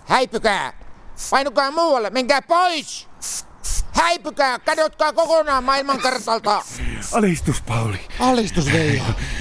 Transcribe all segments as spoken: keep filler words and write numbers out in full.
Häipykää! Painukaa muualle, menkää pois! Häipykää, kadotkaa kokonaan maailmankartalta! Alistus, Pauli. Alistus, Veijo.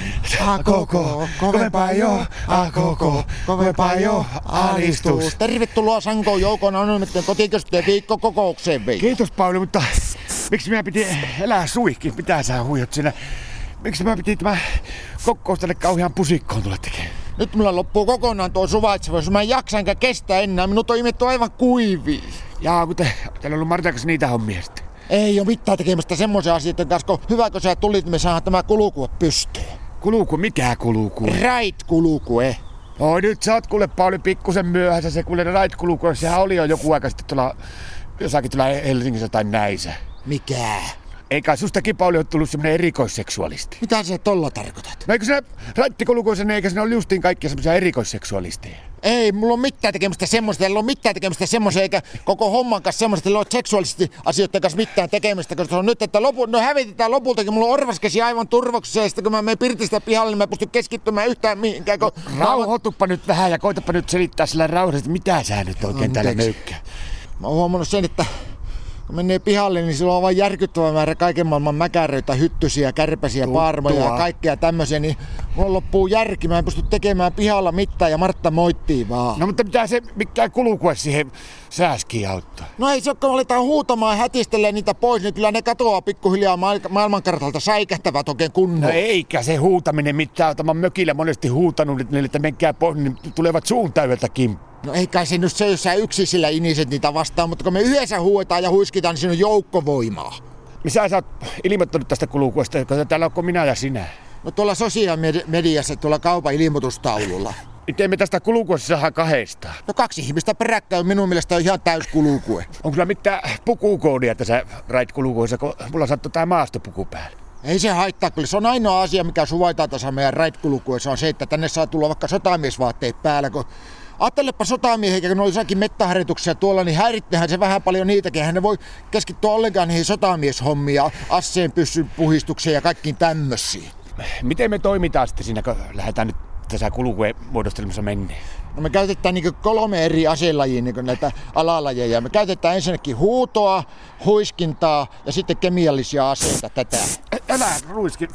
A koko, kovempaa jo, a koko, kovempaa jo, alistus. Tervetuloa Sankoon joukon anonyymitten kotiköstöjen viikkokokoukseen, Veijo. Kiitos, Pauli, mutta miksi minä piti elää suihkin? Mitä sä huijat siinä? Miksi mä piti tämä kokous tänne kauhean pusikkoon tulla tekemään? Nyt mulla loppuu kokonaan tuo suvaitsevuus. Mä en jaksa enkä kestä enää. Minut on imetty aivan kuiviin. Jaa, mutta täällä on ollut Martan kanssa niitä hommia sitten. Ei oo mitään tekemistä semmoisen asioiden kanssa, kun hyvä kun sä tulit, me saadaan tämä kulukue pystyyn. Kuluku? Mikä kulukue? Ride-kulukue. Oi nyt sä oot kuule Pauli pikkusen myöhässä. Se kuule ride-kulukue, sehän oli jo joku aika sitten tuolla jossakin tuolla Helsingissä tai näissä. Mikä? Eikä sustakin, Pauli, ole tullut semmonen erikoisseksuaalisti. Mitä sä tolla tarkoitat? No eikö se raittikoulukuisen, eikä siinä ole justiin kaikkia semmoisia erikoisseksuaalisteja? Ei, mulla on mitään tekemistä semmoista, ei ole mitään tekemistä semmoista, eikä koko homman kanssa semmoista, ei ole seksuaalisesti asioiden kanssa mitään tekemistä, koska se on nyt, että lopu, no hävitetään lopultakin, mulla on orvaskesi aivan turvoksessa, ja sitten kun mä menen Pirtistä pihalle, niin mä pystyn keskittymään yhtään mihinkään. Kun... Rauhoituppa nyt vähän ja koitapa nyt selittää sillä rauhallisesti, mitä sä nyt oikein no, täällä nöykkää. Mä oon huomannut sen, että kun menee pihalle, niin sillä on aivan järkyttävä määrä kaiken maailman mäkäröitä, hyttysiä, kärpäsiä, paarmoja ja kaikkea tämmöisiä, niin mulla loppuu järki. Mä en pysty tekemään pihalla mitään ja Martta moittii vaan. No mutta mitä se mikään kulukue siihen sääskiin auttaa? No ei se ole, kun aletaan huutamaan ja hätistelee niitä pois, niin kyllä ne katoaa pikkuhiljaa maailmankartalta, säikähtävät oikein kunnolla. No eikä se huutaminen mitään. Mä mökillä monesti huutanut, että menkää pois, niin tulevat suun täydeltä kimppuun. No ei kai se nyt se, jos sä yksin sillä iniset niitä vastaan, mutta kun me yhdessä huuetaan ja huiskitaan, niin siinä on joukkovoimaa. Missä sä oot ilmoittanut tästä kulukuesta, kun täällä onko minä ja sinä? No tuolla sosiaalimediassa, tuolla kaupan ilmoitustaululla. Miten me tästä kulukuesta saadaan kahdestaan? No kaksi ihmistä peräkkäin minun mielestä on ihan täys kulukue. Onko sulla mitään pukukoodia tässä ride-kulukuessa, kun mulla sattui tää maastopuku päälle? Ei se haittaa, kyllä se on ainoa asia, mikä suvaitaan tässä meidän ride-kulukuessa, on se, että tänne saa tulla vaikka sotamiesvaatteet päällä, kun ajattelepa sotamiehiä, kun ne oli jossakin mettäharjoituksia tuolla, niin häirittehän se vähän paljon niitäkin. Eihän ne voi keskittyä ollenkaan niihin sotamieshommiin ja asseen pyssyn puhistukseen ja kaikkiin tämmöisiin. Miten me toimitaan sitten siinä, kun lähdetään nyt tässä kulukuen muodostelmassa menneen? No me käytetään niin kolme eri aselajia, niin näitä alalajeja. Me käytetään ensinnäkin huutoa, huiskintaa ja sitten kemiallisia aseita tätä. Älä ruiskin.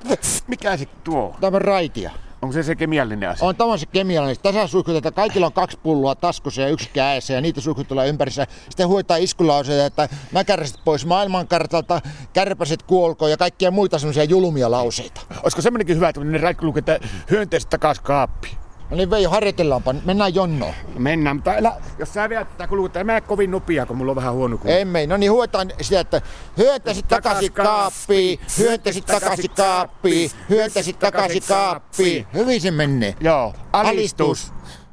Mikä se tuo? Tämä on raitia. Onko se se kemiallinen asia? On tämä se kemiallinen. Tässä suihkutetaan, kaikilla on kaksi pulloa taskussa ja yksi kädessä ja niitä suihkutellaan ympärissä. Sitten huitaan iskulauseita, että mäkäräiset pois maailmankartalta, kärpäset kuolkoon ja kaikkia muita semmoisia julmia lauseita. Olisiko semmoinenkin hyvä, että ne raikkulukee, että hyönteiset takas kaappiin? No niin Veijo, harjoitellaanpa. Mennään jonnoon. No mennään, mutta älä, jos sä viet tätä kuluketta, älä mene kovin nopea, kun mulla on vähän huono kuva. Emme, no niin huetaan sitä, että hyöntäisit takaisin kaappiin, hyöntäisit takaisin kaappiin, hyöntäisit takaisin kaappiin. Hyvin se menee. Joo, alistus. Alistus.